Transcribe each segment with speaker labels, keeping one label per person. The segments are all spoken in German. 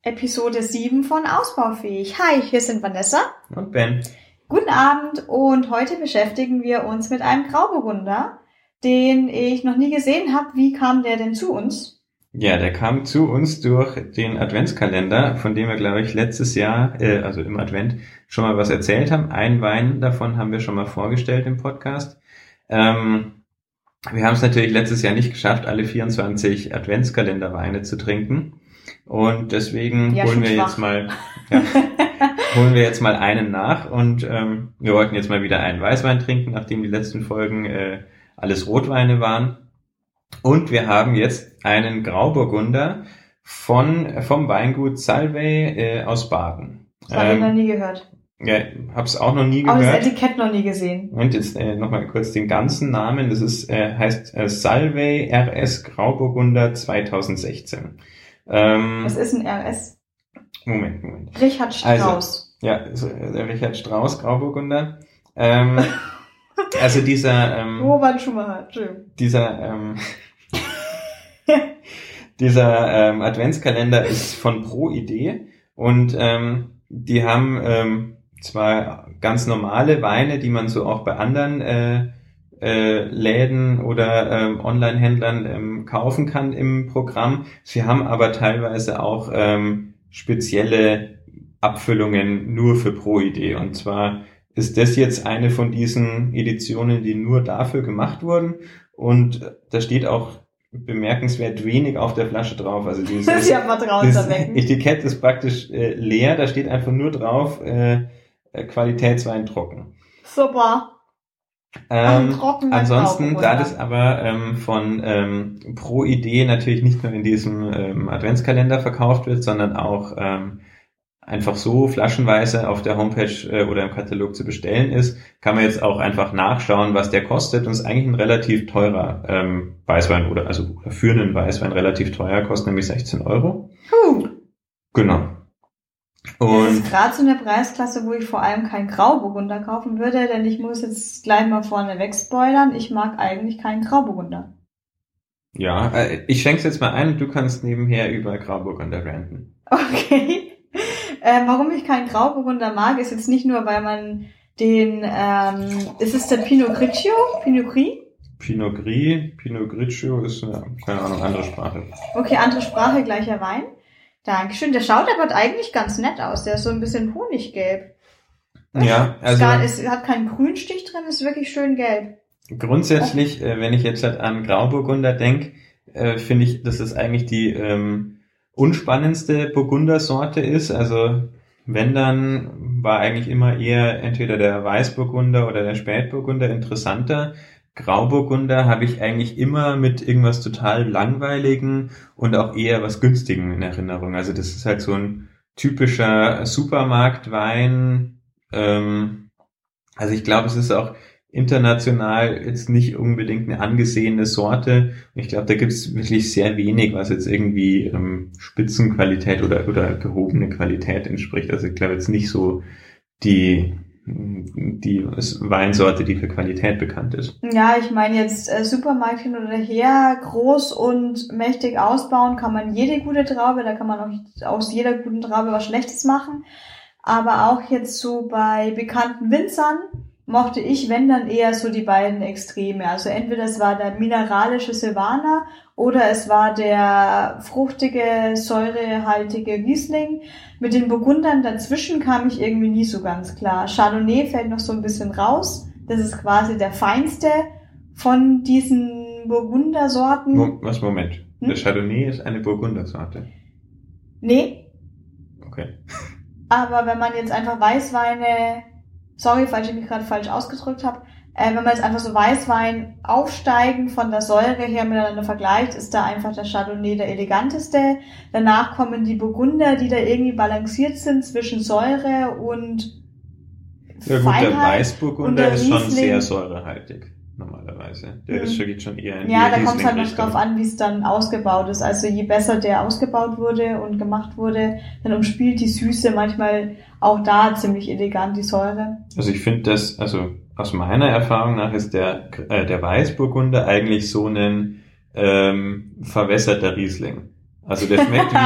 Speaker 1: Episode 7 von Ausbaufähig. Hi, hier sind Vanessa
Speaker 2: und Ben.
Speaker 1: Guten Abend und heute beschäftigen wir uns mit einem Grauburgunder, den ich noch nie gesehen habe. Wie kam der denn zu uns?
Speaker 2: Ja, der kam zu uns durch den Adventskalender, von dem wir, glaube ich, letztes Jahr, also im Advent, schon mal was erzählt haben. Einen Wein davon haben wir schon mal vorgestellt im Podcast. Wir haben es natürlich letztes Jahr nicht geschafft, alle 24 Adventskalenderweine zu trinken. Und deswegen holen wir jetzt mal einen nach und wir wollten jetzt mal wieder einen Weißwein trinken, nachdem die letzten Folgen alles Rotweine waren. Und wir haben jetzt einen Grauburgunder vom Weingut Salvey aus Baden.
Speaker 1: Das habe ich noch nie gehört.
Speaker 2: Ja, hab's auch noch nie gehört.
Speaker 1: Auch das Etikett noch nie gesehen.
Speaker 2: Und jetzt nochmal kurz den ganzen Namen. Das ist heißt Salvey RS Grauburgunder 2016.
Speaker 1: Was ist ein RS?
Speaker 2: Moment.
Speaker 1: Richard Strauss.
Speaker 2: Also, der Richard Strauss Grauburgunder. Also dieser
Speaker 1: Robert Schumacher, schön.
Speaker 2: Dieser Adventskalender ist von ProIdee und die haben zwar ganz normale Weine, die man so auch bei anderen Läden oder Online-Händlern kaufen kann im Programm. Sie haben aber teilweise auch spezielle Abfüllungen nur für ProIdee. Und zwar ist das jetzt eine von diesen Editionen, die nur dafür gemacht wurden. Und da steht auch bemerkenswert wenig auf der Flasche drauf. Also
Speaker 1: das ist ja vertrauenserweckend.
Speaker 2: Das Etikett ist praktisch leer. Da steht einfach nur drauf Qualitätswein trocken.
Speaker 1: Super.
Speaker 2: Ansonsten, da das aber von ProIdee natürlich nicht nur in diesem Adventskalender verkauft wird, sondern auch einfach so flaschenweise auf der Homepage oder im Katalog zu bestellen ist, kann man jetzt auch einfach nachschauen, was der kostet. Und es ist eigentlich ein relativ teurer Weißwein oder für einen Weißwein relativ teuer, kostet nämlich 16 Euro. Genau. Und
Speaker 1: das ist gerade so eine Preisklasse, wo ich vor allem keinen Grauburgunder kaufen würde, denn ich muss jetzt gleich mal vorne wegspoilern. Ich mag eigentlich keinen Grauburgunder.
Speaker 2: Ja, ich schenk's jetzt mal ein und du kannst nebenher über Grauburgunder ranten.
Speaker 1: Okay. Warum ich keinen Grauburgunder mag, ist jetzt nicht nur, weil man den, ist es der Pinot Grigio? Pinot Gris?
Speaker 2: Pinot Grigio ist keine Ahnung, andere Sprache.
Speaker 1: Okay, andere Sprache, gleicher Wein. Dankeschön. Der schaut aber eigentlich ganz nett aus. Der ist so ein bisschen honiggelb.
Speaker 2: Ja, also
Speaker 1: es hat keinen Grünstich drin, ist wirklich schön gelb.
Speaker 2: Grundsätzlich, wenn ich jetzt halt an Grauburgunder denke, finde ich, dass es eigentlich die unspannendste Burgundersorte ist. Also wenn, dann war eigentlich immer eher entweder der Weißburgunder oder der Spätburgunder interessanter. Grauburgunder habe ich eigentlich immer mit irgendwas total Langweiligen und auch eher was Günstigen in Erinnerung. Also das ist halt so ein typischer Supermarktwein. Also ich glaube, es ist auch international jetzt nicht unbedingt eine angesehene Sorte. Ich glaube, da gibt es wirklich sehr wenig, was jetzt irgendwie Spitzenqualität oder gehobene Qualität entspricht. Also ich glaube jetzt nicht so die Weinsorte, die für Qualität bekannt ist.
Speaker 1: Ja, ich meine jetzt Supermarkt hin oder her, groß und mächtig ausbauen kann man jede gute Traube, da kann man auch aus jeder guten Traube was Schlechtes machen. Aber auch jetzt so bei bekannten Winzern mochte ich, wenn dann eher so die beiden Extreme. Also entweder es war der mineralische Silvaner oder es war der fruchtige, säurehaltige Riesling. Mit den Burgundern dazwischen kam ich irgendwie nie so ganz klar. Chardonnay fällt noch so ein bisschen raus. Das ist quasi der feinste von diesen Burgundersorten.
Speaker 2: Moment. Der Chardonnay ist eine Burgundersorte?
Speaker 1: Nee.
Speaker 2: Okay.
Speaker 1: Aber wenn man jetzt einfach Weißweine, sorry, falls ich mich gerade falsch ausgedrückt habe, wenn man jetzt einfach so Weißwein aufsteigen von der Säure her miteinander vergleicht, ist da einfach der Chardonnay der eleganteste. Danach kommen die Burgunder, die da irgendwie balanciert sind zwischen Säure und
Speaker 2: ja, gut,
Speaker 1: Feinheit.
Speaker 2: Der Weißburgunder ist schon
Speaker 1: Riesling
Speaker 2: sehr säurehaltig, normalerweise. Der geht schon eher in die
Speaker 1: ja, da kommt es halt noch
Speaker 2: Riesling-Richtung.
Speaker 1: drauf an, wie es dann ausgebaut ist. Also je besser der ausgebaut wurde und gemacht wurde, dann umspielt die Süße manchmal auch da ziemlich elegant die Säure.
Speaker 2: Also ich finde das, also aus meiner Erfahrung nach ist der Weißburgunder eigentlich so ein verwässerter Riesling. Also der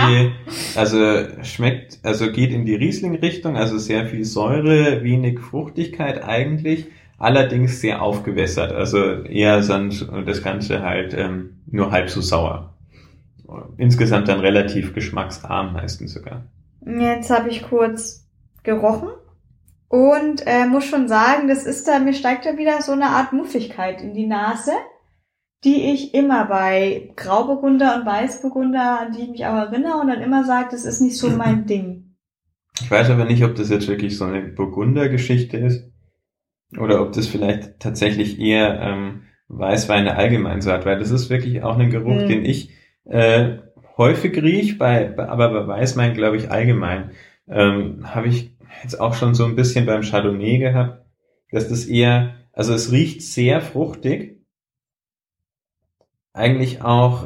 Speaker 2: geht in die Riesling-Richtung, also sehr viel Säure, wenig Fruchtigkeit eigentlich, allerdings sehr aufgewässert, also eher das Ganze halt nur halb so sauer. Insgesamt dann relativ geschmacksarm meistens sogar.
Speaker 1: Jetzt habe ich kurz gerochen und muss schon sagen, mir steigt da wieder so eine Art Muffigkeit in die Nase, die ich immer bei Grauburgunder und Weißburgunder, an die ich mich auch erinnere und dann immer sage, das ist nicht so mein Ding.
Speaker 2: Ich weiß aber nicht, ob das jetzt wirklich so eine Burgunder-Geschichte ist oder ob das vielleicht tatsächlich eher Weißweine allgemein so hat, weil das ist wirklich auch ein Geruch, den ich häufig rieche, aber bei Weißwein glaube ich allgemein. Habe ich jetzt auch schon so ein bisschen beim Chardonnay gehabt, dass das also es riecht sehr fruchtig, eigentlich auch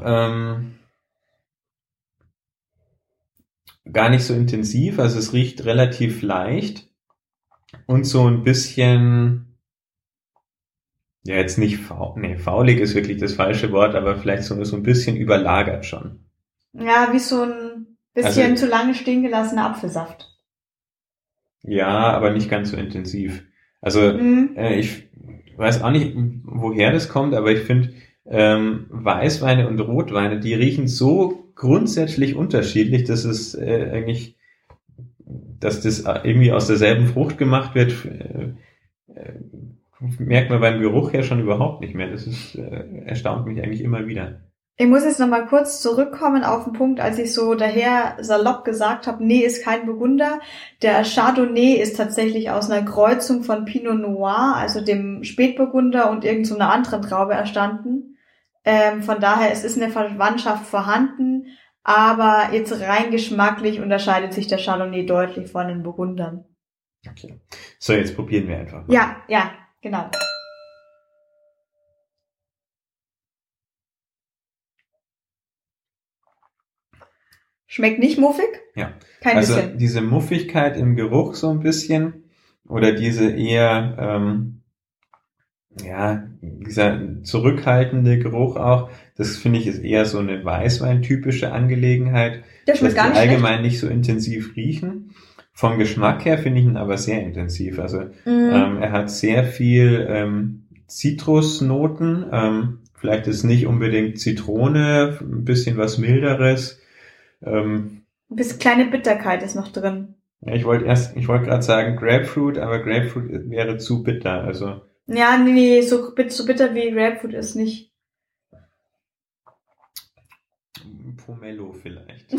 Speaker 2: gar nicht so intensiv, also es riecht relativ leicht und so ein bisschen, ja jetzt nicht faulig ist wirklich das falsche Wort, aber vielleicht so ein bisschen überlagert schon.
Speaker 1: Ja, wie so ein bisschen zu lange stehen gelassener Apfelsaft.
Speaker 2: Ja, aber nicht ganz so intensiv. Also ich weiß auch nicht, woher das kommt, aber ich finde, Weißweine und Rotweine, die riechen so grundsätzlich unterschiedlich, dass es dass das irgendwie aus derselben Frucht gemacht wird, merkt man beim Geruch ja schon überhaupt nicht mehr. Das erstaunt mich eigentlich immer wieder.
Speaker 1: Ich muss jetzt nochmal kurz zurückkommen auf den Punkt, als ich so daher salopp gesagt habe, nee, ist kein Burgunder. Der Chardonnay ist tatsächlich aus einer Kreuzung von Pinot Noir, also dem Spätburgunder und irgend so einer anderen Traube erstanden. Von daher, es ist eine Verwandtschaft vorhanden, aber jetzt rein geschmacklich unterscheidet sich der Chardonnay deutlich von den Burgundern.
Speaker 2: Okay. So, jetzt probieren wir einfach mal.
Speaker 1: Ja, genau. Schmeckt nicht muffig?
Speaker 2: Ja.
Speaker 1: Kein bisschen.
Speaker 2: Also diese Muffigkeit im Geruch so ein bisschen oder diese eher, dieser zurückhaltende Geruch auch, das finde ich ist eher so eine Weißwein-typische Angelegenheit.
Speaker 1: Der schmeckt gar nicht
Speaker 2: allgemein nicht so intensiv riechen. Vom Geschmack her finde ich ihn aber sehr intensiv. Also er hat sehr viel Zitrusnoten. Vielleicht ist nicht unbedingt Zitrone, ein bisschen was Milderes.
Speaker 1: Ein bisschen kleine Bitterkeit ist noch drin.
Speaker 2: Ja, ich wollte gerade sagen Grapefruit, aber Grapefruit wäre zu bitter, also.
Speaker 1: Ja, nee, so bitter wie Grapefruit ist nicht.
Speaker 2: Pomelo vielleicht.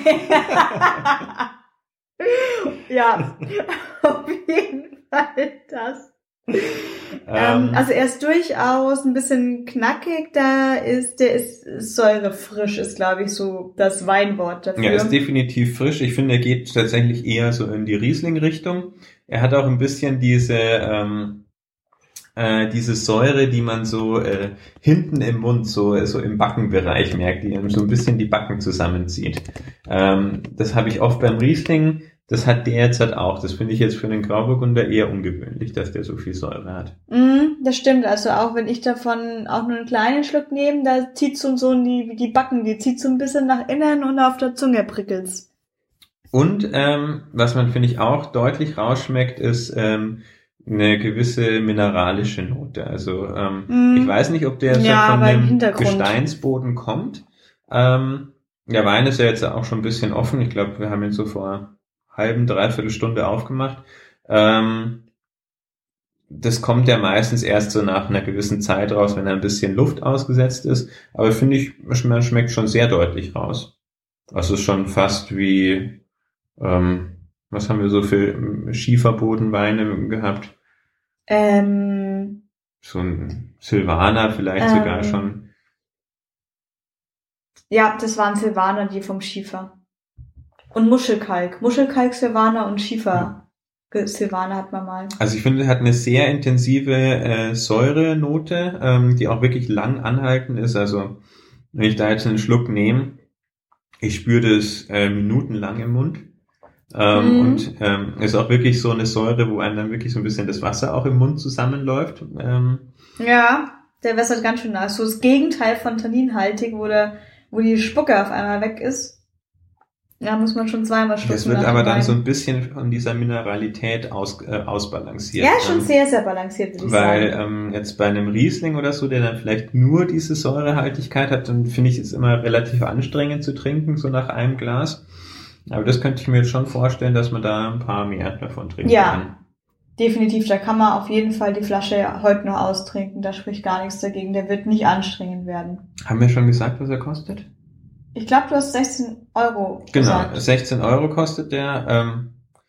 Speaker 1: Ja, auf jeden Fall das. Also er ist durchaus ein bisschen knackig, der ist säurefrisch, ist glaube ich so das Weinwort dafür.
Speaker 2: Ja, ist definitiv frisch. Ich finde, er geht tatsächlich eher so in die Riesling-Richtung. Er hat auch ein bisschen diese Säure, die man so hinten im Mund, so im Backenbereich merkt, die so ein bisschen die Backen zusammenzieht. Das habe ich oft beim Riesling. Das hat der jetzt halt auch. Das finde ich jetzt für den Grauburgunder eher ungewöhnlich, dass der so viel Säure hat.
Speaker 1: Das stimmt. Also auch wenn ich davon auch nur einen kleinen Schluck nehme, da zieht so die Backen, die zieht so ein bisschen nach innen und auf der Zunge prickelt's.
Speaker 2: Und was man, finde ich, auch deutlich rausschmeckt, ist eine gewisse mineralische Note. Also ich weiß nicht, ob der von dem Gesteinsboden kommt. Der Wein ist ja jetzt auch schon ein bisschen offen. Ich glaube, wir haben ihn so vor dreiviertel Stunde aufgemacht. Das kommt ja meistens erst so nach einer gewissen Zeit raus, wenn ein bisschen Luft ausgesetzt ist. Aber finde ich, man schmeckt schon sehr deutlich raus. Also schon fast wie, was haben wir so für Schieferbodenweine gehabt? So ein Silvaner vielleicht sogar schon.
Speaker 1: Ja, das waren Silvaner, die vom Schiefer. Und Muschelkalk. Muschelkalk, Silvaner und Schiefer. Silvaner hat man mal.
Speaker 2: Also ich finde, er hat eine sehr intensive Säurenote, die auch wirklich lang anhaltend ist. Also wenn ich da jetzt einen Schluck nehme, ich spüre das minutenlang im Mund. Und ist auch wirklich so eine Säure, wo einem dann wirklich so ein bisschen das Wasser auch im Mund zusammenläuft.
Speaker 1: Ja, der wässert ganz schön nach. So das Gegenteil von tanninhaltig, wo wo die Spucke auf einmal weg ist. Ja, muss man schon zweimal schlucken.
Speaker 2: Das wird aber dann so ein bisschen von dieser Mineralität ausbalanciert.
Speaker 1: Ja, schon sehr, sehr balanciert, würde ich
Speaker 2: Weil
Speaker 1: sagen.
Speaker 2: jetzt bei einem Riesling oder so, der dann vielleicht nur diese Säurehaltigkeit hat, dann finde ich es immer relativ anstrengend zu trinken, so nach einem Glas. Aber das könnte ich mir jetzt schon vorstellen, dass man da ein paar mehr davon trinken kann.
Speaker 1: Definitiv, da kann man auf jeden Fall die Flasche heute noch austrinken. Da spricht gar nichts dagegen. Der wird nicht anstrengend werden.
Speaker 2: Haben wir schon gesagt, was er kostet?
Speaker 1: Ich glaube, du hast 16 Euro gesagt.
Speaker 2: Genau, 16 Euro kostet der.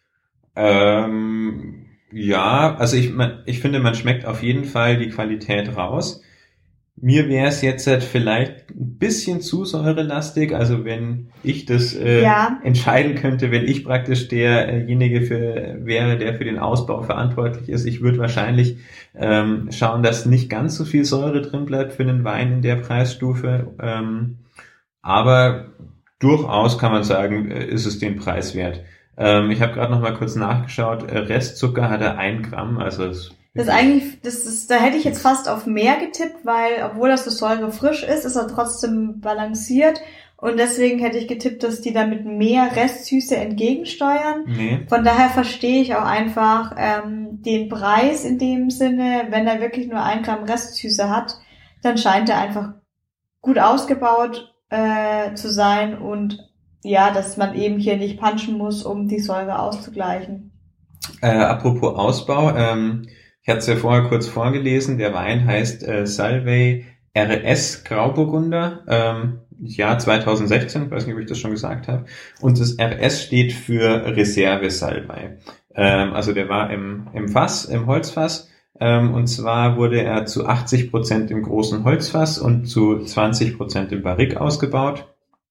Speaker 2: Ja, also ich finde, man schmeckt auf jeden Fall die Qualität raus. Mir wäre es jetzt halt vielleicht ein bisschen zu säurelastig, also wenn ich das entscheiden könnte, wenn ich praktisch derjenige wäre, der für den Ausbau verantwortlich ist, ich würde wahrscheinlich schauen, dass nicht ganz so viel Säure drin bleibt für einen Wein in der Preisstufe. Aber durchaus kann man sagen, ist es den Preis wert. Ich habe gerade noch mal kurz nachgeschaut. Restzucker hat er 1 Gramm, also
Speaker 1: da hätte ich jetzt fast auf mehr getippt, weil, obwohl das so säurefrisch ist er trotzdem balanciert. Und deswegen hätte ich getippt, dass die damit mehr Restsüße entgegensteuern.
Speaker 2: Nee.
Speaker 1: Von daher verstehe ich auch einfach den Preis in dem Sinne. Wenn er wirklich nur 1 Gramm Restsüße hat, dann scheint er einfach gut ausgebaut zu sein und ja, dass man eben hier nicht punchen muss, um die Säure auszugleichen.
Speaker 2: Apropos Ausbau, ich hatte es ja vorher kurz vorgelesen, der Wein heißt Solvay RS Grauburgunder, Jahr 2016, ich weiß nicht, ob ich das schon gesagt habe, und das RS steht für Reserve Solvay. Also der war im Fass, im Holzfass. Und zwar wurde er zu 80% im großen Holzfass und zu 20% im Barrique ausgebaut.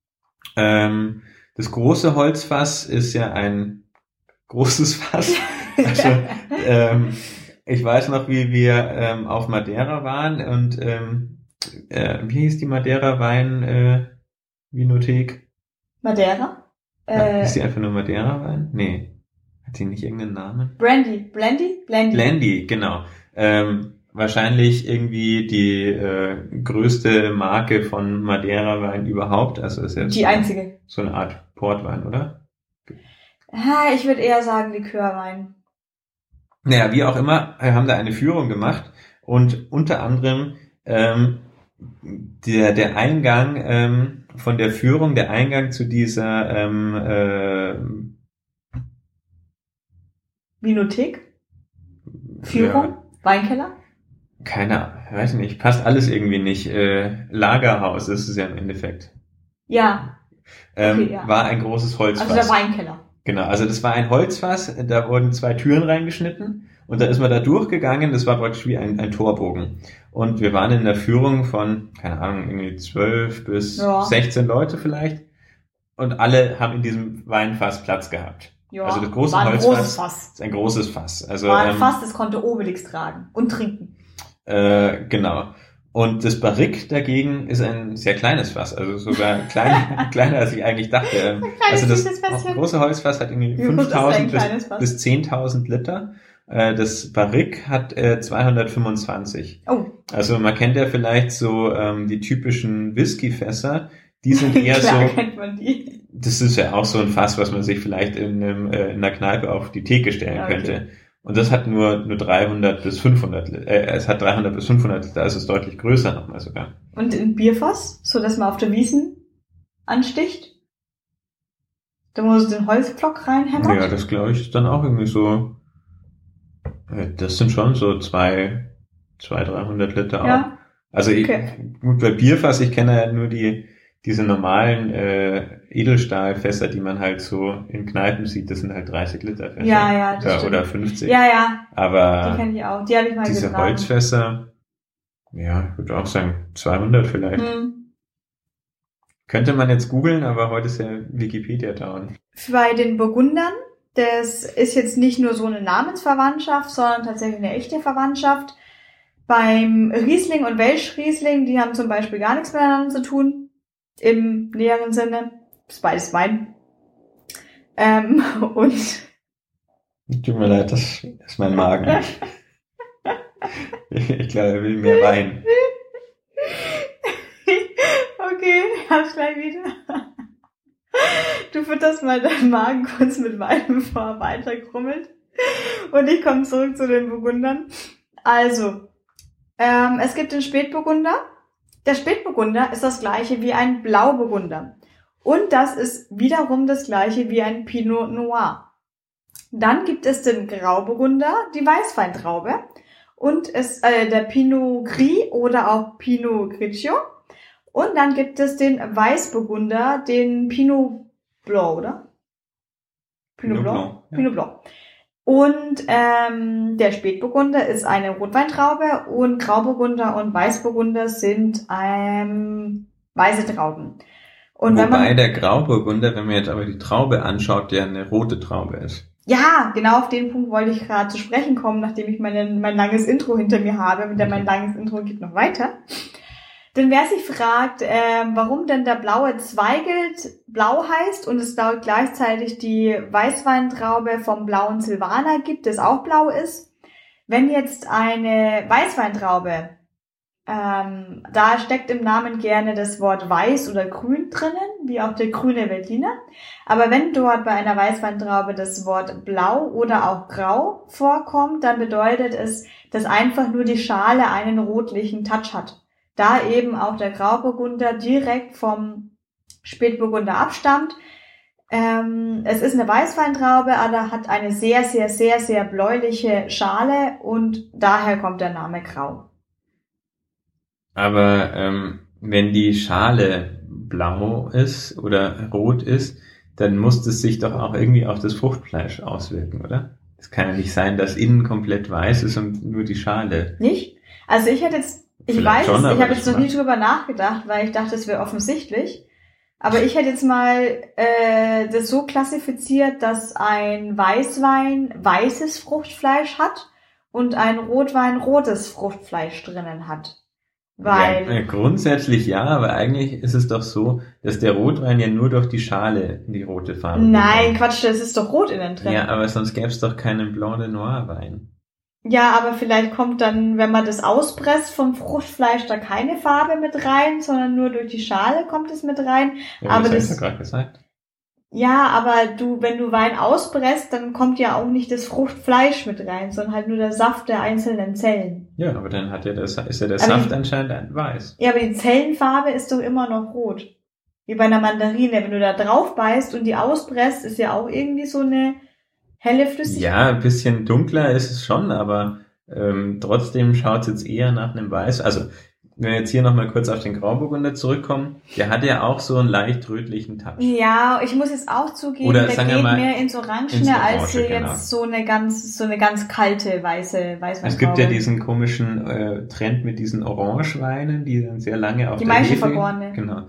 Speaker 2: Das große Holzfass ist ja ein großes Fass. Also, ich weiß noch, wie wir auf Madeira waren und wie hieß die Madeira Wein Vinothek?
Speaker 1: Madeira?
Speaker 2: Ist die einfach nur Madeira Wein? Nee. Hat die nicht irgendeinen Namen?
Speaker 1: Blendy,
Speaker 2: genau. Wahrscheinlich irgendwie die größte Marke von Madeira-Wein überhaupt. Also ist jetzt
Speaker 1: die einzige.
Speaker 2: So eine Art Portwein, oder?
Speaker 1: Ich würde eher sagen Likörwein.
Speaker 2: Naja, wie auch immer, wir haben da eine Führung gemacht und unter anderem der Eingang von der Führung, der Eingang zu dieser
Speaker 1: Vinothek? Führung? Ja. Weinkeller?
Speaker 2: Keine Ahnung, weiß nicht, passt alles irgendwie nicht. Lagerhaus ist es ja im Endeffekt.
Speaker 1: Ja.
Speaker 2: War ein großes Holzfass.
Speaker 1: Also der Weinkeller.
Speaker 2: Genau, also das war ein Holzfass, da wurden 2 Türen reingeschnitten und da ist man da durchgegangen, das war praktisch wie ein Torbogen. Und wir waren in der Führung von, keine Ahnung, irgendwie 12 bis 16 Leute vielleicht und alle haben in diesem Weinfass Platz gehabt. Ja, also das große Holzfass ist ein großes Fass. Also
Speaker 1: war ein Fass, das konnte Obelix tragen und trinken.
Speaker 2: Genau. Und das Barrique dagegen ist ein sehr kleines Fass, also sogar kleiner als ich eigentlich dachte. Also das große Holzfass hat irgendwie 5.000 bis 10.000 Liter. Das Barrique hat 225.
Speaker 1: Oh.
Speaker 2: Also man kennt ja vielleicht so die typischen Whiskyfässer. Die sind eher
Speaker 1: Klar, kennt man die.
Speaker 2: Das ist ja auch so ein Fass, was man sich vielleicht in einer Kneipe auf die Theke stellen könnte. Und das hat nur 300 bis 500 Liter. Es hat 300 bis 500 Liter, also ist deutlich größer nochmal sogar.
Speaker 1: Und ein Bierfass, so dass man auf der Wiesn ansticht? Da muss den Holzblock reinhämmern?
Speaker 2: Ja, das glaube ich ist dann auch irgendwie so. Das sind schon so 200, 300 Liter auch. Ja. Also gut, bei Bierfass, ich kenne ja nur diese normalen Edelstahlfässer, die man halt so in Kneipen sieht, das sind halt 30 Liter Fässer.
Speaker 1: Ja, das stimmt.
Speaker 2: Oder 50.
Speaker 1: Ja.
Speaker 2: Aber
Speaker 1: die kenne ich auch. Die habe ich mal
Speaker 2: diese
Speaker 1: getragen.
Speaker 2: Holzfässer, ja, ich würde auch sagen 200 vielleicht. Könnte man jetzt googeln, aber heute ist ja Wikipedia down.
Speaker 1: Bei den Burgundern, das ist jetzt nicht nur so eine Namensverwandtschaft, sondern tatsächlich eine echte Verwandtschaft. Beim Riesling und Welschriesling, die haben zum Beispiel gar nichts miteinander zu tun. Im näheren Sinne. Das ist beides Wein. Und
Speaker 2: tut mir leid, das ist mein Magen. Ich glaube, er will mehr Wein.
Speaker 1: Okay, hab's gleich wieder. Du fütterst mal deinen Magen kurz mit Wein, bevor er weiter krummelt. Und ich komme zurück zu den Burgundern. Also, es gibt den Spätburgunder. Der Spätburgunder ist das gleiche wie ein Blauburgunder. Und das ist wiederum das gleiche wie ein Pinot Noir. Dann gibt es den Grauburgunder, die Weißweintraube. Und der Pinot Gris oder auch Pinot Grigio. Und dann gibt es den Weißburgunder, den Pinot Blanc, oder? Pinot Blanc.
Speaker 2: Ja.
Speaker 1: Pinot Blanc. Und der Spätburgunder ist eine Rotweintraube und Grauburgunder und Weißburgunder sind weiße Trauben. Und
Speaker 2: Wobei der Grauburgunder, wenn man jetzt aber die Traube anschaut, der eine rote Traube ist.
Speaker 1: Ja, genau auf den Punkt wollte ich gerade zu sprechen kommen, nachdem ich mein langes Intro hinter mir habe. Denn mein langes Intro geht noch weiter. Denn wer sich fragt, warum denn der blaue Zweigelt blau heißt und es dort gleichzeitig die Weißweintraube vom blauen Silvaner gibt, das auch blau ist. Wenn jetzt eine Weißweintraube, da steckt im Namen gerne das Wort weiß oder grün drinnen, wie auch der grüne Veltliner. Aber wenn dort bei einer Weißweintraube das Wort blau oder auch grau vorkommt, dann bedeutet es, dass einfach nur die Schale einen rotlichen Touch hat. Da eben auch der Grauburgunder direkt vom Spätburgunder abstammt. Es ist eine Weißweintraube, aber hat eine sehr, sehr, sehr, sehr bläuliche Schale und daher kommt der Name Grau.
Speaker 2: Aber wenn die Schale blau ist oder rot ist, dann muss das sich doch auch irgendwie auf das Fruchtfleisch auswirken, oder? Es kann ja nicht sein, dass innen komplett weiß ist und nur die Schale.
Speaker 1: Nicht? Also ich hätte jetzt, ich
Speaker 2: Vielleicht
Speaker 1: weiß
Speaker 2: schon,
Speaker 1: es, ich
Speaker 2: aber
Speaker 1: habe jetzt noch nie drüber nachgedacht, weil ich dachte, es wäre offensichtlich. Aber ich hätte jetzt mal das so klassifiziert, dass ein Weißwein weißes Fruchtfleisch hat und ein Rotwein rotes Fruchtfleisch drinnen hat. Weil
Speaker 2: Ja, grundsätzlich ja, aber eigentlich ist es doch so, dass der Rotwein ja nur durch die Schale die rote Farbe
Speaker 1: Nein,
Speaker 2: bekommt.
Speaker 1: Quatsch, das ist doch rot innen drin.
Speaker 2: Ja, aber sonst gäbe es doch keinen Blanc de Noir Wein.
Speaker 1: Ja, aber vielleicht kommt dann, wenn man das auspresst vom Fruchtfleisch, da keine Farbe mit rein, sondern nur durch die Schale kommt es mit rein.
Speaker 2: Ja,
Speaker 1: Aber
Speaker 2: das hast
Speaker 1: das-
Speaker 2: du gerade gesagt.
Speaker 1: Ja, aber wenn du Wein auspresst, dann kommt ja auch nicht das Fruchtfleisch mit rein, sondern halt nur der Saft der einzelnen Zellen.
Speaker 2: Ja, aber dann hat ist ja der
Speaker 1: Aber
Speaker 2: Saft
Speaker 1: die-
Speaker 2: anscheinend ein weiß.
Speaker 1: Ja, aber die Zellenfarbe ist doch immer noch rot. Wie bei einer Mandarine. Wenn du da drauf beißt und die auspresst, ist ja auch irgendwie so eine helle Flüssigkeit.
Speaker 2: Ja, ein bisschen dunkler ist es schon, aber trotzdem schaut es jetzt eher nach einem Weiß. Also, wenn wir jetzt hier nochmal kurz auf den Grauburgunder zurückkommen, der hat ja auch so einen leicht rötlichen Touch.
Speaker 1: Ja, ich muss jetzt auch zugeben,
Speaker 2: Oder
Speaker 1: der
Speaker 2: sagen wir
Speaker 1: geht
Speaker 2: mal,
Speaker 1: mehr ins Orangene,
Speaker 2: ins
Speaker 1: als hier
Speaker 2: Orange, genau.
Speaker 1: jetzt so eine ganz kalte Weißweintraube.
Speaker 2: Es gibt ja diesen komischen Trend mit diesen Orangeweinen, die dann sehr lange auf
Speaker 1: Die
Speaker 2: der Hefe...
Speaker 1: Maische-Vergorene.
Speaker 2: Genau.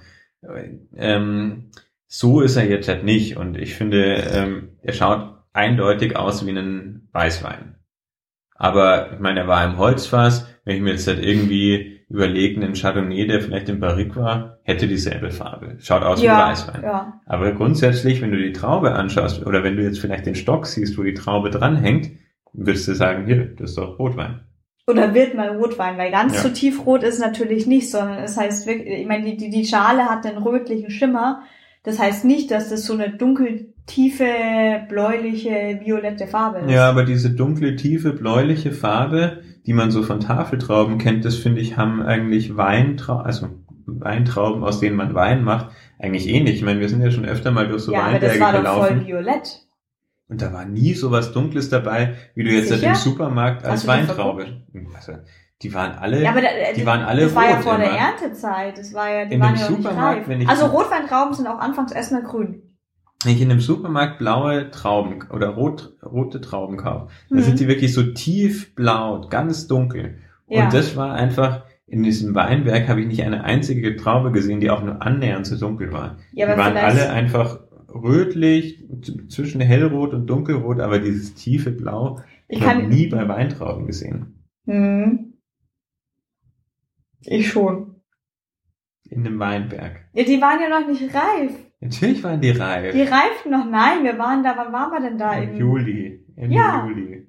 Speaker 2: So ist er jetzt halt nicht. Und ich finde, er schaut eindeutig aus wie ein Weißwein. Aber ich meine, er war im Holzfass. Wenn ich mir jetzt halt irgendwie überlege, einen Chardonnay, der vielleicht im Barrique war, hätte dieselbe Farbe. Schaut aus wie Weißwein.
Speaker 1: Ja.
Speaker 2: Aber grundsätzlich, wenn du die Traube anschaust, oder wenn du jetzt vielleicht den Stock siehst, wo die Traube dranhängt, würdest du sagen, hier, das ist doch Rotwein.
Speaker 1: Oder wird mal Rotwein, weil ganz
Speaker 2: Ja.
Speaker 1: so tiefrot ist natürlich nicht, sondern es heißt wirklich, ich meine, die Schale hat den rötlichen Schimmer. Das heißt nicht, dass das so eine dunkeltiefe, bläuliche, violette Farbe ist.
Speaker 2: Ja, aber diese dunkle, tiefe, bläuliche Farbe, die man so von Tafeltrauben kennt, das finde ich, haben eigentlich Weintrauben, aus denen man Wein macht, eigentlich ähnlich. Ich meine, wir sind ja schon öfter mal durch so
Speaker 1: Ja, aber
Speaker 2: Weinberge
Speaker 1: das war doch
Speaker 2: gelaufen.
Speaker 1: voll violett.
Speaker 2: Und da war nie so was Dunkles dabei, wie du jetzt
Speaker 1: Sicher?
Speaker 2: im Supermarkt als
Speaker 1: Hast du die
Speaker 2: Weintraube. Also, die waren alle,
Speaker 1: Ja, aber
Speaker 2: die waren alle
Speaker 1: das war ja
Speaker 2: rot
Speaker 1: vor der
Speaker 2: immer.
Speaker 1: Erntezeit. Das war ja, die
Speaker 2: In
Speaker 1: waren
Speaker 2: dem
Speaker 1: ja noch nicht
Speaker 2: Supermarkt,
Speaker 1: reif.
Speaker 2: wenn ich-
Speaker 1: Also Rotweintrauben sind auch anfangs erstmal grün.
Speaker 2: Wenn ich in einem Supermarkt blaue Trauben oder rote Trauben kaufe, dann
Speaker 1: Mhm.
Speaker 2: sind die wirklich so tiefblau, ganz dunkel. Und
Speaker 1: Ja.
Speaker 2: das war einfach, in diesem Weinberg habe ich nicht eine einzige Traube gesehen, die auch nur annähernd so dunkel war.
Speaker 1: Ja,
Speaker 2: Die
Speaker 1: aber
Speaker 2: waren
Speaker 1: vielleicht-
Speaker 2: alle einfach rötlich, zwischen hellrot und dunkelrot, aber dieses tiefe Blau
Speaker 1: Ich
Speaker 2: habe
Speaker 1: kann,
Speaker 2: nie bei Weintrauben gesehen.
Speaker 1: Ich schon.
Speaker 2: In einem Weinberg.
Speaker 1: Ja, die waren ja noch nicht reif.
Speaker 2: Natürlich waren die reif.
Speaker 1: Die reiften noch. Nein, wir waren da, wann waren wir denn da?
Speaker 2: Im Juli. Ende
Speaker 1: Ja.
Speaker 2: Juli.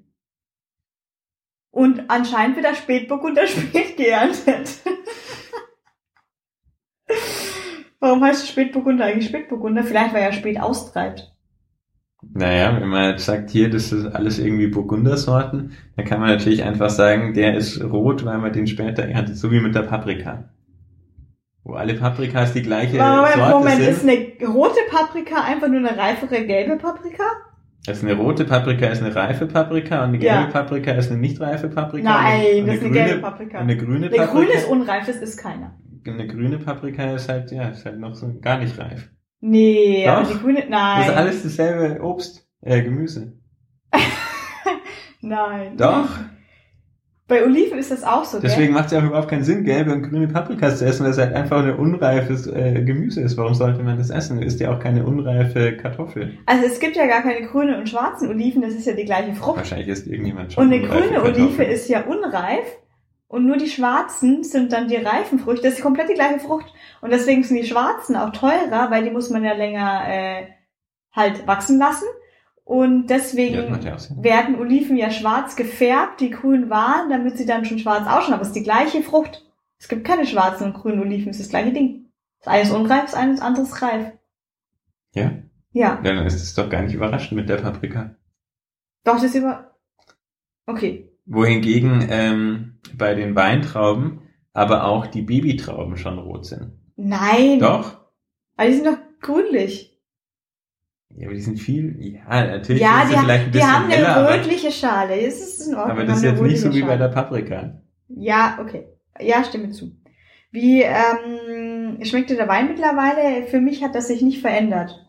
Speaker 1: Und anscheinend wird der Spätburgunder spät geerntet. Warum heißt es Spätburgunder eigentlich Spätburgunder? Vielleicht, weil er spät austreibt.
Speaker 2: Naja, wenn man jetzt sagt, hier, das ist alles irgendwie Burgundersorten, dann kann man natürlich einfach sagen, der ist rot, weil man den später erntet, so wie mit der Paprika. Wo alle Paprikas die gleiche Sorte
Speaker 1: Moment,
Speaker 2: sind.
Speaker 1: Ist eine rote Paprika einfach nur eine reifere gelbe Paprika?
Speaker 2: Also eine rote Paprika ist eine reife Paprika und eine gelbe Paprika ist eine nicht reife Paprika.
Speaker 1: Nein, das ist eine gelbe Paprika.
Speaker 2: Eine grüne Paprika.
Speaker 1: Eine grüne ist unreif, das ist keiner.
Speaker 2: Eine grüne Paprika ist halt noch so gar nicht reif.
Speaker 1: Nee,
Speaker 2: Doch,
Speaker 1: aber die grüne, nein.
Speaker 2: Das ist alles dasselbe Obst, Gemüse.
Speaker 1: Nein.
Speaker 2: Doch.
Speaker 1: Bei Oliven ist das auch so,
Speaker 2: Deswegen macht es ja auch überhaupt keinen Sinn, gelbe und grüne Paprikas zu essen, weil es halt einfach ein unreifes Gemüse ist. Warum sollte man das essen? Ist ja auch keine unreife Kartoffel.
Speaker 1: Also es gibt ja gar keine grünen und schwarzen Oliven, das ist ja die gleiche Frucht.
Speaker 2: Wahrscheinlich isst irgendjemand schon.
Speaker 1: Und eine grüne Olive ist ja unreif und nur die schwarzen sind dann die reifen Früchte. Das ist komplett die gleiche Frucht. Und deswegen sind die schwarzen auch teurer, weil die muss man ja länger halt wachsen lassen. Und deswegen werden Oliven ja schwarz gefärbt, die grün waren, damit sie dann schon schwarz ausschauen. Aber es ist die gleiche Frucht. Es gibt keine schwarzen und grünen Oliven, es ist das gleiche Ding. Das eine ist unreif, das eine ist anderes reif.
Speaker 2: Ja?
Speaker 1: Ja.
Speaker 2: Dann ist es doch gar nicht überraschend mit der Paprika.
Speaker 1: Doch, das ist okay.
Speaker 2: Wohingegen bei den Weintrauben aber auch die Babytrauben schon rot sind.
Speaker 1: Nein.
Speaker 2: Doch.
Speaker 1: Aber die sind doch grünlich.
Speaker 2: Ja, aber die sind natürlich
Speaker 1: ja,
Speaker 2: sind sie vielleicht ein
Speaker 1: die
Speaker 2: bisschen
Speaker 1: haben
Speaker 2: heller,
Speaker 1: eine rötliche Schale. Das ist in Ordnung.
Speaker 2: Aber das ist jetzt nicht so wie bei der Paprika.
Speaker 1: Ja, okay. Ja, stimme zu. Wie schmeckt dir der Wein mittlerweile? Für mich hat das sich nicht verändert.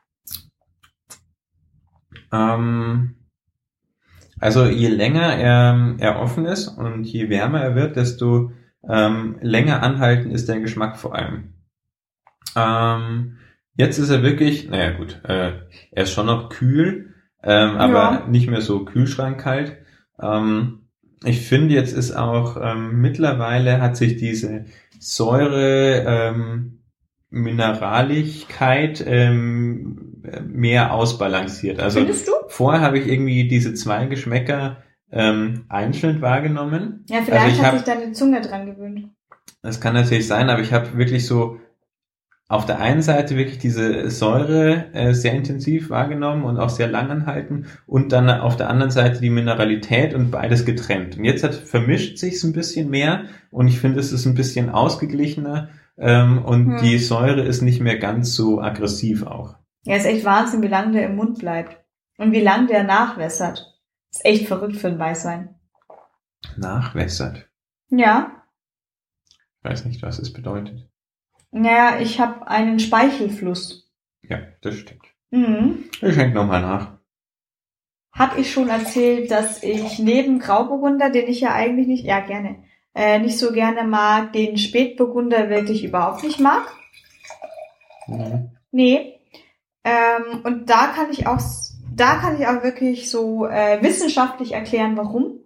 Speaker 2: Also je länger er offen ist und je wärmer er wird, desto länger anhalten ist der Geschmack vor allem. Jetzt ist er wirklich, naja gut, er ist schon noch kühl, aber nicht mehr so kühlschrankkalt. Ich finde, jetzt ist auch mittlerweile hat sich diese Säure Mineraligkeit mehr ausbalanciert. Also
Speaker 1: findest du?
Speaker 2: Vorher habe ich irgendwie diese zwei Geschmäcker einzeln wahrgenommen.
Speaker 1: Ja, vielleicht hat sich deine Zunge dran gewöhnt.
Speaker 2: Das kann natürlich sein, aber ich habe wirklich so auf der einen Seite wirklich diese Säure sehr intensiv wahrgenommen und auch sehr langanhaltend und dann auf der anderen Seite die Mineralität und beides getrennt. Und jetzt vermischt sich's ein bisschen mehr und ich finde, es ist ein bisschen ausgeglichener und die Säure ist nicht mehr ganz so aggressiv auch.
Speaker 1: Ja, ist echt Wahnsinn, wie lange der im Mund bleibt und wie lange der nachwässert. Ist echt verrückt für einen Weißwein.
Speaker 2: Nachwässert?
Speaker 1: Ja.
Speaker 2: Ich weiß nicht, was es bedeutet.
Speaker 1: Naja, ich habe einen Speichelfluss.
Speaker 2: Ja, das stimmt.
Speaker 1: Mhm.
Speaker 2: Ich schenke nochmal nach.
Speaker 1: Hab ich schon erzählt, dass ich neben Grauburgunder, den ich ja eigentlich nicht, ja gerne, nicht so gerne mag, den Spätburgunder wirklich überhaupt nicht mag?
Speaker 2: Mhm.
Speaker 1: Nee. Und da kann ich auch wirklich so wissenschaftlich erklären, warum.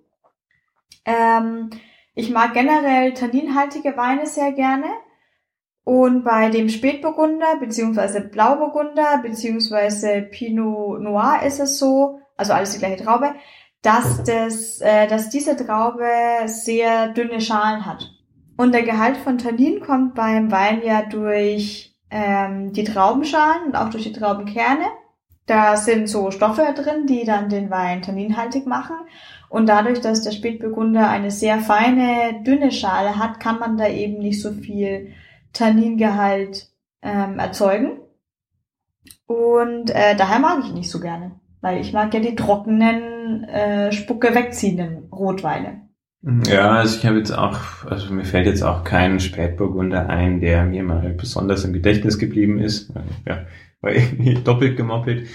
Speaker 1: Ich mag generell tanninhaltige Weine sehr gerne. Und bei dem Spätburgunder, beziehungsweise Blauburgunder, beziehungsweise Pinot Noir ist es so, also alles die gleiche Traube, dass diese Traube sehr dünne Schalen hat. Und der Gehalt von Tannin kommt beim Wein ja durch die Traubenschalen und auch durch die Traubenkerne. Da sind so Stoffe drin, die dann den Wein tanninhaltig machen. Und dadurch, dass der Spätburgunder eine sehr feine, dünne Schale hat, kann man da eben nicht so viel Tanningehalt erzeugen. Und daher mag ich ihn nicht so gerne. Weil ich mag ja die trockenen, Spucke wegziehenden Rotweine.
Speaker 2: Ja, also ich habe jetzt auch, also mir fällt jetzt auch kein Spätburgunder ein, der mir mal besonders im Gedächtnis geblieben ist. Ja, war irgendwie doppelt gemoppelt.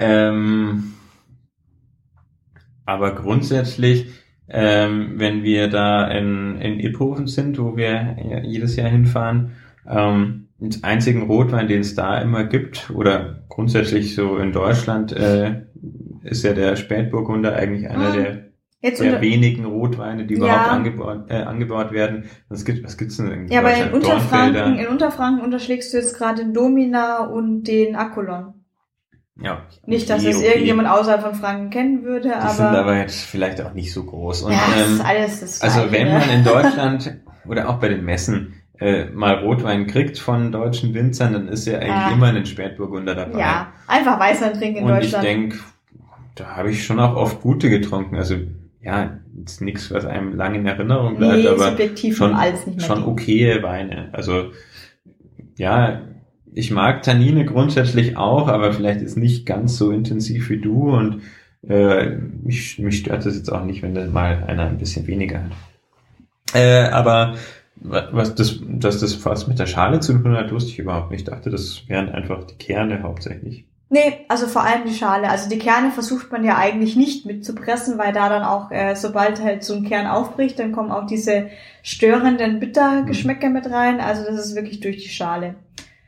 Speaker 2: Aber grundsätzlich, wenn wir da in Iphofen sind, wo wir jedes Jahr hinfahren, den einzigen Rotwein, den es da immer gibt, oder grundsätzlich so in Deutschland, ist ja der Spätburgunder eigentlich einer der wenigen Rotweine, die überhaupt angebaut werden. Was gibt's denn?
Speaker 1: Ja, aber in Unterfranken unterschlägst du jetzt gerade den Domina und den Akolon.
Speaker 2: Ja.
Speaker 1: Nicht, dass es irgendjemand außerhalb von Franken kennen würde, aber...
Speaker 2: Die sind aber jetzt vielleicht auch nicht so groß. Und,
Speaker 1: ja, das ist alles das Gleiche.
Speaker 2: Also wenn man in Deutschland oder auch bei den Messen mal Rotwein kriegt von deutschen Winzern, dann ist ja eigentlich immer ein Spätburgunder dabei.
Speaker 1: Ja, einfach Weißwein trinken in
Speaker 2: und
Speaker 1: Deutschland.
Speaker 2: Und ich denke, da habe ich schon auch oft gute getrunken. Also ja, ist nichts, was einem lang in Erinnerung bleibt, aber
Speaker 1: subjektiv
Speaker 2: schon,
Speaker 1: alles nicht mehr
Speaker 2: schon okaye Weine. Also ja, ich mag Tannine grundsätzlich auch, aber vielleicht ist nicht ganz so intensiv wie du und mich stört das jetzt auch nicht, wenn dann mal einer ein bisschen weniger hat. Aber dass das fast mit der Schale zu tun hat, wusste ich überhaupt nicht. Ich dachte, das wären einfach die Kerne hauptsächlich.
Speaker 1: Nee, also vor allem die Schale. Also die Kerne versucht man ja eigentlich nicht mitzupressen, weil da dann auch, sobald halt so ein Kern aufbricht, dann kommen auch diese störenden Bittergeschmäcker mit rein. Also das ist wirklich durch die Schale.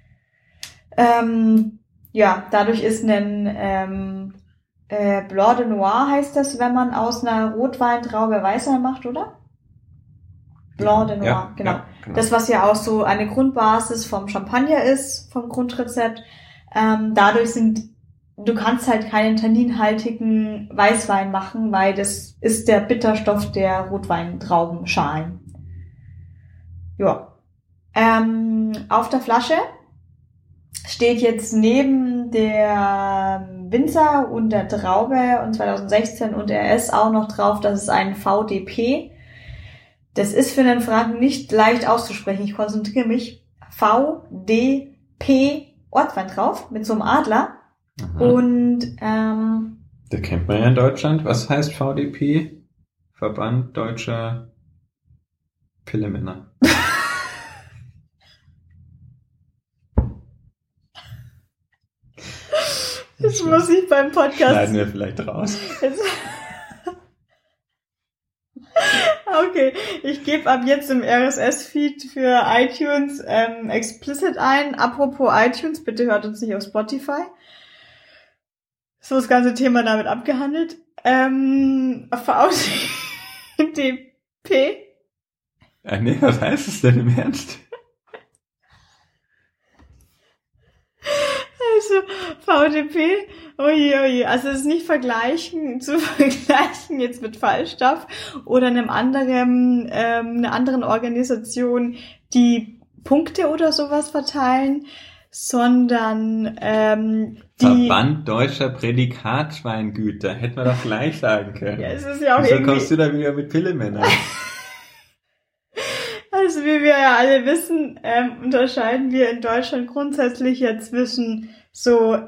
Speaker 1: Ja, dadurch ist ein Blanc de Noir heißt das, wenn man aus einer Rotweintraube Weißwein macht, oder? Blanc de Noir,
Speaker 2: ja,
Speaker 1: genau.
Speaker 2: Ja, genau.
Speaker 1: Das, was ja auch so eine Grundbasis vom Champagner ist, vom Grundrezept. Dadurch du kannst halt keinen tanninhaltigen Weißwein machen, weil das ist der Bitterstoff der Rotweintraubenschalen. Ja. Auf der Flasche steht jetzt neben der Winzer und der Traube und 2016 und RS auch noch drauf, dass es ein VDP. Das ist für einen Franken nicht leicht auszusprechen. Ich konzentriere mich. VDP, Ortwein drauf, mit so einem Adler.
Speaker 2: Aha.
Speaker 1: Und
Speaker 2: das kennt man ja in Deutschland. Was heißt VDP? Verband Deutscher Pillemänner.
Speaker 1: Das muss ich beim Podcast...
Speaker 2: Schneiden wir vielleicht raus.
Speaker 1: Okay, ich gebe ab jetzt im RSS-Feed für iTunes explicit ein. Apropos iTunes, bitte hört uns nicht auf Spotify. So das ganze Thema damit abgehandelt. VDP.
Speaker 2: Nee, was heißt es denn im Ernst?
Speaker 1: Also, VDP, oje, also es ist nicht zu vergleichen jetzt mit Falstaff oder einer anderen Organisation, die Punkte oder sowas verteilen, sondern die...
Speaker 2: Verband Deutscher Prädikatsweingüter, hätten wir doch gleich sagen können.
Speaker 1: Ja, es ist ja auch
Speaker 2: Wieso
Speaker 1: irgendwie...
Speaker 2: kommst du da wieder mit Pillemänner?
Speaker 1: Also wie wir ja alle wissen, unterscheiden wir in Deutschland grundsätzlich ja zwischen so,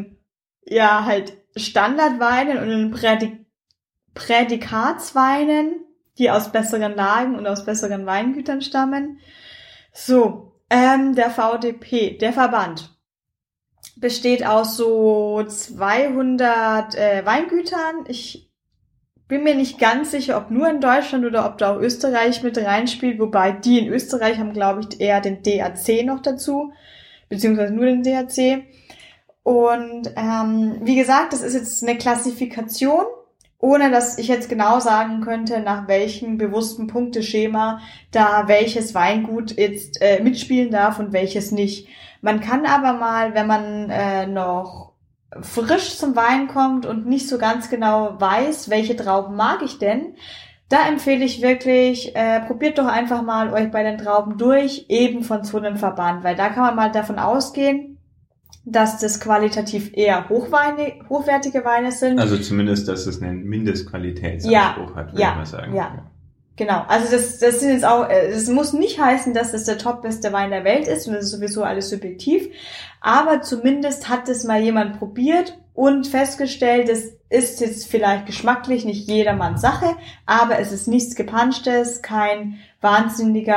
Speaker 1: halt Standardweinen und den Prädikatsweinen, die aus besseren Lagen und aus besseren Weingütern stammen. So, der VDP, der Verband, besteht aus so 200 Weingütern. Ich bin mir nicht ganz sicher, ob nur in Deutschland oder ob da auch Österreich mit reinspielt, wobei die in Österreich haben, glaube ich, eher den DAC noch dazu, beziehungsweise nur den DAC. Und wie gesagt, das ist jetzt eine Klassifikation, ohne dass ich jetzt genau sagen könnte, nach welchem bewussten Punkteschema da welches Weingut jetzt mitspielen darf und welches nicht. Man kann aber mal, wenn man noch frisch zum Wein kommt und nicht so ganz genau weiß, welche Trauben mag ich denn, da empfehle ich wirklich, probiert doch einfach mal euch bei den Trauben durch, eben von so einem Verband, weil da kann man mal davon ausgehen, dass das qualitativ eher hochwertige Weine sind.
Speaker 2: Also zumindest, dass es einen Mindestqualitätsanspruch hat, würde ich mal sagen.
Speaker 1: Ja. Genau, also das sind jetzt auch, es muss nicht heißen, dass das der topbeste Wein der Welt ist und das ist sowieso alles subjektiv, aber zumindest hat es mal jemand probiert und festgestellt, das ist jetzt vielleicht geschmacklich nicht jedermanns Sache, aber es ist nichts Gepanschtes, keine wahnsinnige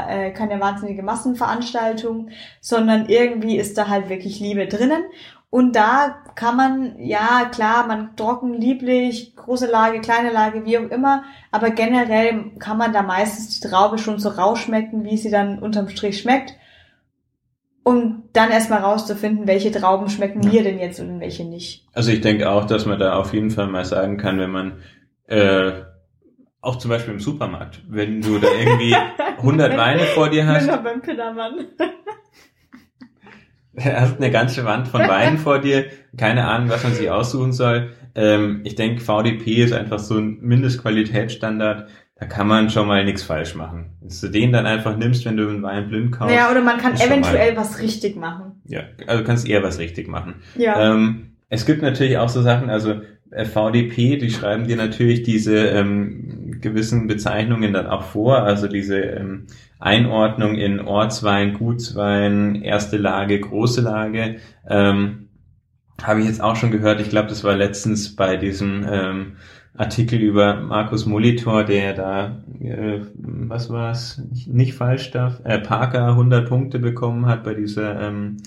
Speaker 1: Massenveranstaltung, sondern irgendwie ist da halt wirklich Liebe drinnen. Und da kann man, ja klar, man trocken, lieblich, große Lage, kleine Lage, wie auch immer, aber generell kann man da meistens die Traube schon so rausschmecken, wie sie dann unterm Strich schmeckt, um dann erstmal rauszufinden, welche Trauben schmecken mir denn jetzt und welche nicht.
Speaker 2: Also ich denke auch, dass man da auf jeden Fall mal sagen kann, wenn man auch zum Beispiel im Supermarkt, wenn du da irgendwie 100 Weine vor dir hast.
Speaker 1: Nur beim Pillermann.
Speaker 2: Du hast eine ganze Wand von Weinen vor dir, keine Ahnung, was man sich aussuchen soll. Ich denke, VDP ist einfach so ein Mindestqualitätsstandard, da kann man schon mal nichts falsch machen. Wenn du den dann einfach nimmst, wenn du einen Wein blind kaufst.
Speaker 1: Naja, oder man kann eventuell was richtig machen.
Speaker 2: Ja, also du kannst eher was richtig machen.
Speaker 1: Ja.
Speaker 2: Es gibt natürlich auch so Sachen, also VDP, die schreiben dir natürlich diese gewissen Bezeichnungen dann auch vor, also diese Einordnung in Ortswein, Gutswein, erste Lage, große Lage, habe ich jetzt auch schon gehört. Ich glaube, das war letztens bei diesem Artikel über Markus Molitor, der da, was war's, nicht falsch darf, Parker 100 Punkte bekommen hat bei dieser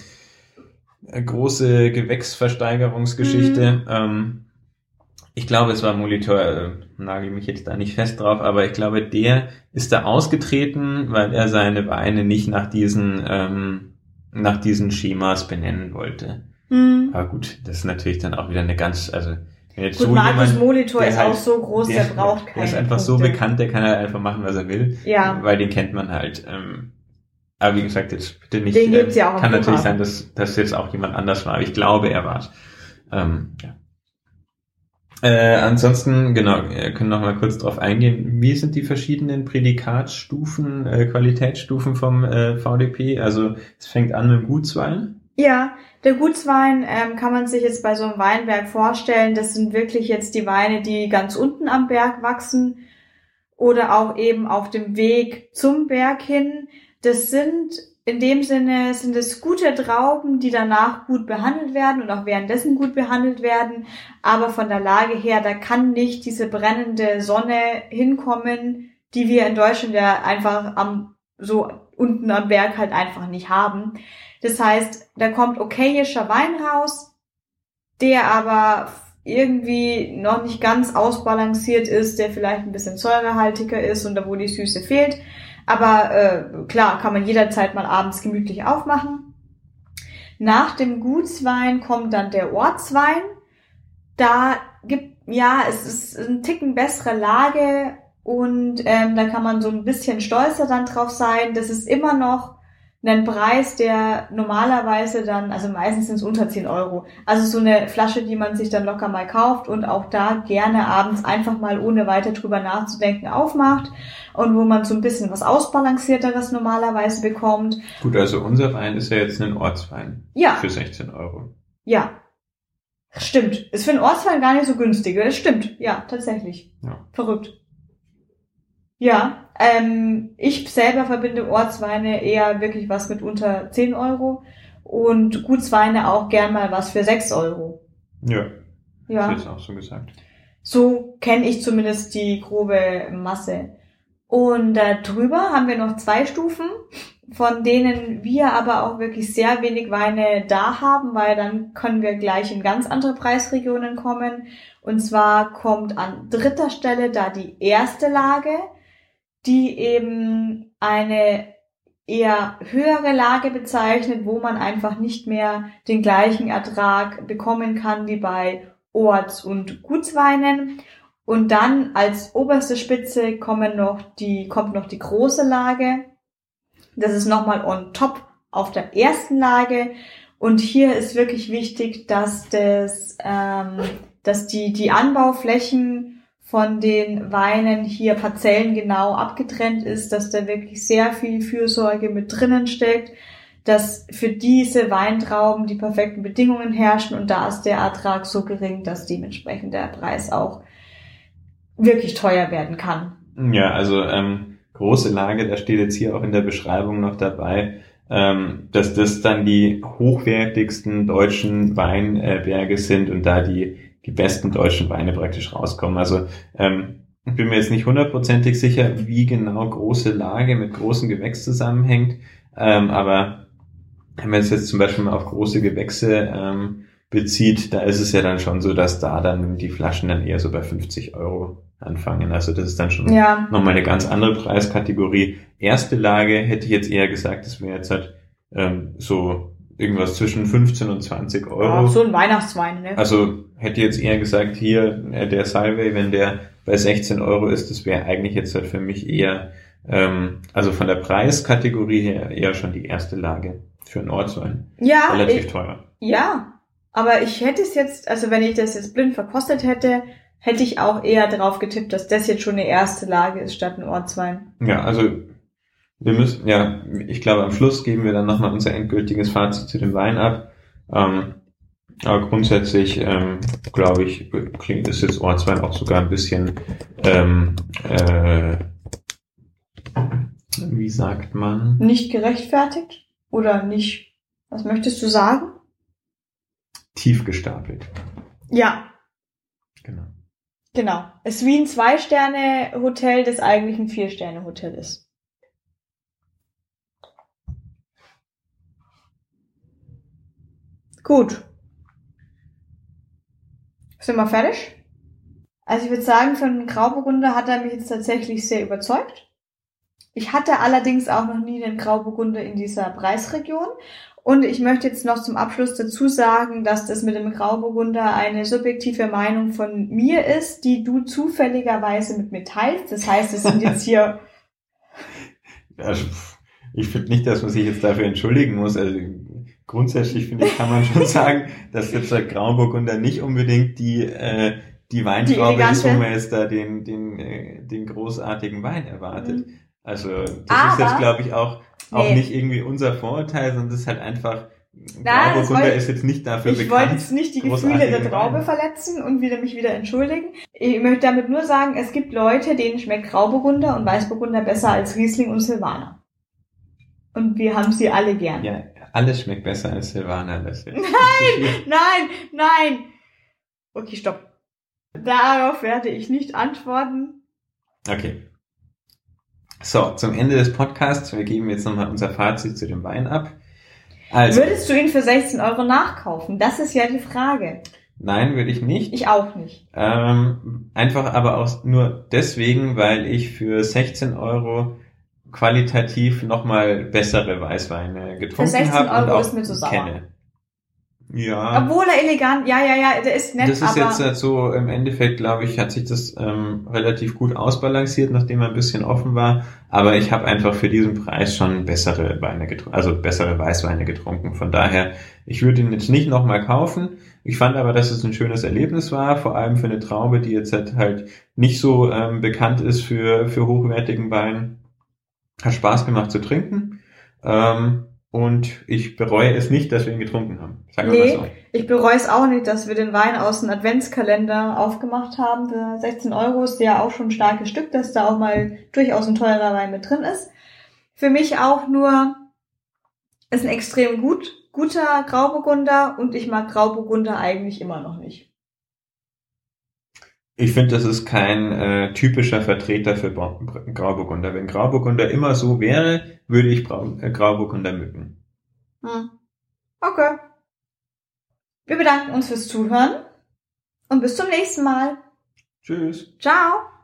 Speaker 2: große Gewächsversteigerungsgeschichte. Ich glaube, es war Molitor, nagel mich jetzt da nicht fest drauf, aber ich glaube, der ist da ausgetreten, weil er seine Weine nicht nach diesen Schemas benennen wollte. Aber gut, das ist natürlich dann auch wieder eine ganz, also jetzt
Speaker 1: gut,
Speaker 2: so
Speaker 1: Markus
Speaker 2: jemand,
Speaker 1: Molitor ist
Speaker 2: halt,
Speaker 1: auch so groß, der braucht keine
Speaker 2: Der ist einfach
Speaker 1: Punkte.
Speaker 2: so bekannt, der kann halt einfach machen, was er will, weil den kennt man halt. Aber wie gesagt, jetzt bitte nicht,
Speaker 1: den gibt's ja auch
Speaker 2: kann natürlich sein, dass jetzt auch jemand anders war, aber ich glaube, er war's. Ansonsten, genau, wir können noch mal kurz drauf eingehen. Wie sind die verschiedenen Prädikatsstufen, Qualitätsstufen vom VDP? Also es fängt an mit dem Gutswein.
Speaker 1: Ja, der Gutswein kann man sich jetzt bei so einem Weinberg vorstellen. Das sind wirklich jetzt die Weine, die ganz unten am Berg wachsen oder auch eben auf dem Weg zum Berg hin. Das sind in dem Sinne sind es gute Trauben, die danach gut behandelt werden und auch währenddessen gut behandelt werden. Aber von der Lage her, da kann nicht diese brennende Sonne hinkommen, die wir in Deutschland ja einfach so unten am Berg halt einfach nicht haben. Das heißt, da kommt okayischer Wein raus, der aber irgendwie noch nicht ganz ausbalanciert ist, der vielleicht ein bisschen säurehaltiger ist und da wo die Süße fehlt. Aber klar, kann man jederzeit mal abends gemütlich aufmachen. Nach dem Gutswein kommt dann der Ortswein. Es ist ein Ticken bessere Lage und da kann man so ein bisschen stolzer dann drauf sein. Das ist immer noch ein Preis, der normalerweise dann, also meistens sind es unter 10 Euro. Also so eine Flasche, die man sich dann locker mal kauft und auch da gerne abends einfach mal ohne weiter drüber nachzudenken aufmacht und wo man so ein bisschen was Ausbalancierteres normalerweise bekommt.
Speaker 2: Gut, also unser Wein ist ja jetzt ein Ortswein.
Speaker 1: Ja.
Speaker 2: Für 16 Euro.
Speaker 1: Ja. Stimmt. Ist für einen Ortswein gar nicht so günstig. Das stimmt. Ja, tatsächlich.
Speaker 2: Ja.
Speaker 1: Verrückt. Ja, ich selber verbinde Ortsweine eher wirklich was mit unter 10 Euro und Gutsweine auch gern mal was für 6 Euro.
Speaker 2: Ja.
Speaker 1: Ja.
Speaker 2: Das ist auch so gesagt.
Speaker 1: So kenne ich zumindest die grobe Masse. Und drüber haben wir noch 2 Stufen, von denen wir aber auch wirklich sehr wenig Weine da haben, weil dann können wir gleich in ganz andere Preisregionen kommen. Und zwar kommt an 3. Stelle da die erste Lage, die eben eine eher höhere Lage bezeichnet, wo man einfach nicht mehr den gleichen Ertrag bekommen kann wie bei Orts- und Gutsweinen. Und dann als oberste Spitze kommt noch die große Lage. Das ist nochmal on top auf der ersten Lage. Und hier ist wirklich wichtig, dass die Anbauflächen von den Weinen hier parzellengenau abgetrennt ist, dass da wirklich sehr viel Fürsorge mit drinnen steckt, dass für diese Weintrauben die perfekten Bedingungen herrschen und da ist der Ertrag so gering, dass dementsprechend der Preis auch wirklich teuer werden kann.
Speaker 2: Ja, also große Lage, da steht jetzt hier auch in der Beschreibung noch dabei, dass das dann die hochwertigsten deutschen Weinberge sind und da die besten deutschen Weine praktisch rauskommen. Also ich bin mir jetzt nicht 100% sicher, wie genau große Lage mit großen Gewächs zusammenhängt, aber wenn man es jetzt zum Beispiel mal auf große Gewächse bezieht, da ist es ja dann schon so, dass da dann die Flaschen dann eher so bei 50 Euro anfangen. Also das ist dann schon nochmal eine ganz andere Preiskategorie. Erste Lage hätte ich jetzt eher gesagt, das wäre jetzt halt so irgendwas zwischen 15 und 20 Euro.
Speaker 1: Ja, so ein Weihnachtswein, ne?
Speaker 2: Also hätte jetzt eher gesagt, hier der Salve, wenn der bei 16 Euro ist, das wäre eigentlich jetzt halt für mich eher, also von der Preiskategorie her eher schon die erste Lage für einen Ortswein.
Speaker 1: Ja.
Speaker 2: Relativ teuer.
Speaker 1: Ja, aber ich hätte es jetzt, also wenn ich das jetzt blind verkostet hätte, hätte ich auch eher darauf getippt, dass das jetzt schon eine erste Lage ist statt ein Ortswein.
Speaker 2: Ja, also wir müssen, ja, ich glaube, am Schluss geben wir dann nochmal unser endgültiges Fazit zu dem Wein ab. Aber grundsätzlich, glaube ich, ist jetzt Ortswein auch sogar ein bisschen, wie sagt man?
Speaker 1: Nicht gerechtfertigt? Oder nicht, was möchtest du sagen?
Speaker 2: Tief gestapelt.
Speaker 1: Ja.
Speaker 2: Genau.
Speaker 1: Es ist wie ein 2-Sterne-Hotel, das eigentlich ein 4-Sterne-Hotel ist. Gut. Sind wir fertig? Also ich würde sagen, für einen Grauburgunder hat er mich jetzt tatsächlich sehr überzeugt. Ich hatte allerdings auch noch nie einen Grauburgunder in dieser Preisregion. Und ich möchte jetzt noch zum Abschluss dazu sagen, dass das mit dem Grauburgunder eine subjektive Meinung von mir ist, die du zufälligerweise mit mir teilst. Das heißt, es sind jetzt hier...
Speaker 2: Also, ich finde nicht, dass man sich jetzt dafür entschuldigen muss. Also grundsätzlich finde ich, kann man schon sagen, dass jetzt der Grauburgunder nicht unbedingt die Weintraube ist, wo man jetzt da den großartigen Wein erwartet. Also das ist jetzt, glaube ich, auch nicht irgendwie unser Vorurteil, sondern das ist halt einfach, Grauburgunder ist jetzt nicht dafür bekannt.
Speaker 1: Ich wollte jetzt nicht die Gefühle der Traube verletzen und mich wieder entschuldigen. Ich möchte damit nur sagen, es gibt Leute, denen schmeckt Grauburgunder und Weißburgunder besser als Riesling und Silvaner. Und wir haben sie alle gern.
Speaker 2: Ja, alles schmeckt besser als Silvaner.
Speaker 1: Nein! Okay, stopp. Darauf werde ich nicht antworten.
Speaker 2: Okay. So, zum Ende des Podcasts, wir geben jetzt nochmal unser Fazit zu dem Wein ab. Also,
Speaker 1: würdest du ihn für 16 € nachkaufen? Das ist ja die Frage.
Speaker 2: Nein, würde ich nicht.
Speaker 1: Ich auch nicht.
Speaker 2: Einfach aber auch nur deswegen, weil ich für 16 € qualitativ nochmal bessere Weißweine getrunken habe und auch
Speaker 1: ist mir zu sauer.
Speaker 2: Kenne. Ja.
Speaker 1: Obwohl er elegant, ja, der ist nett,
Speaker 2: das ist
Speaker 1: aber...
Speaker 2: jetzt so, im Endeffekt, glaube ich, hat sich das relativ gut ausbalanciert, nachdem er ein bisschen offen war. Aber ich habe einfach für diesen Preis schon bessere Weine getrunken, also bessere Weißweine getrunken. Von daher, ich würde ihn jetzt nicht nochmal kaufen. Ich fand aber, dass es ein schönes Erlebnis war, vor allem für eine Traube, die jetzt halt nicht so bekannt ist für hochwertigen Wein. Hat Spaß gemacht zu trinken. Und ich bereue es nicht, dass wir ihn getrunken haben. Sagen wir mal so.
Speaker 1: Ich bereue es auch nicht, dass wir den Wein aus dem Adventskalender aufgemacht haben. Für 16 € ist ja auch schon ein starkes Stück, dass da auch mal durchaus ein teurer Wein mit drin ist. Für mich auch nur, ist ein extrem guter Grauburgunder und ich mag Grauburgunder eigentlich immer noch nicht.
Speaker 2: Ich finde, das ist kein typischer Vertreter für Grauburgunder. Wenn Grauburgunder immer so wäre, würde ich Grauburgunder mögen.
Speaker 1: Okay. Wir bedanken uns fürs Zuhören und bis zum nächsten Mal.
Speaker 2: Tschüss.
Speaker 1: Ciao.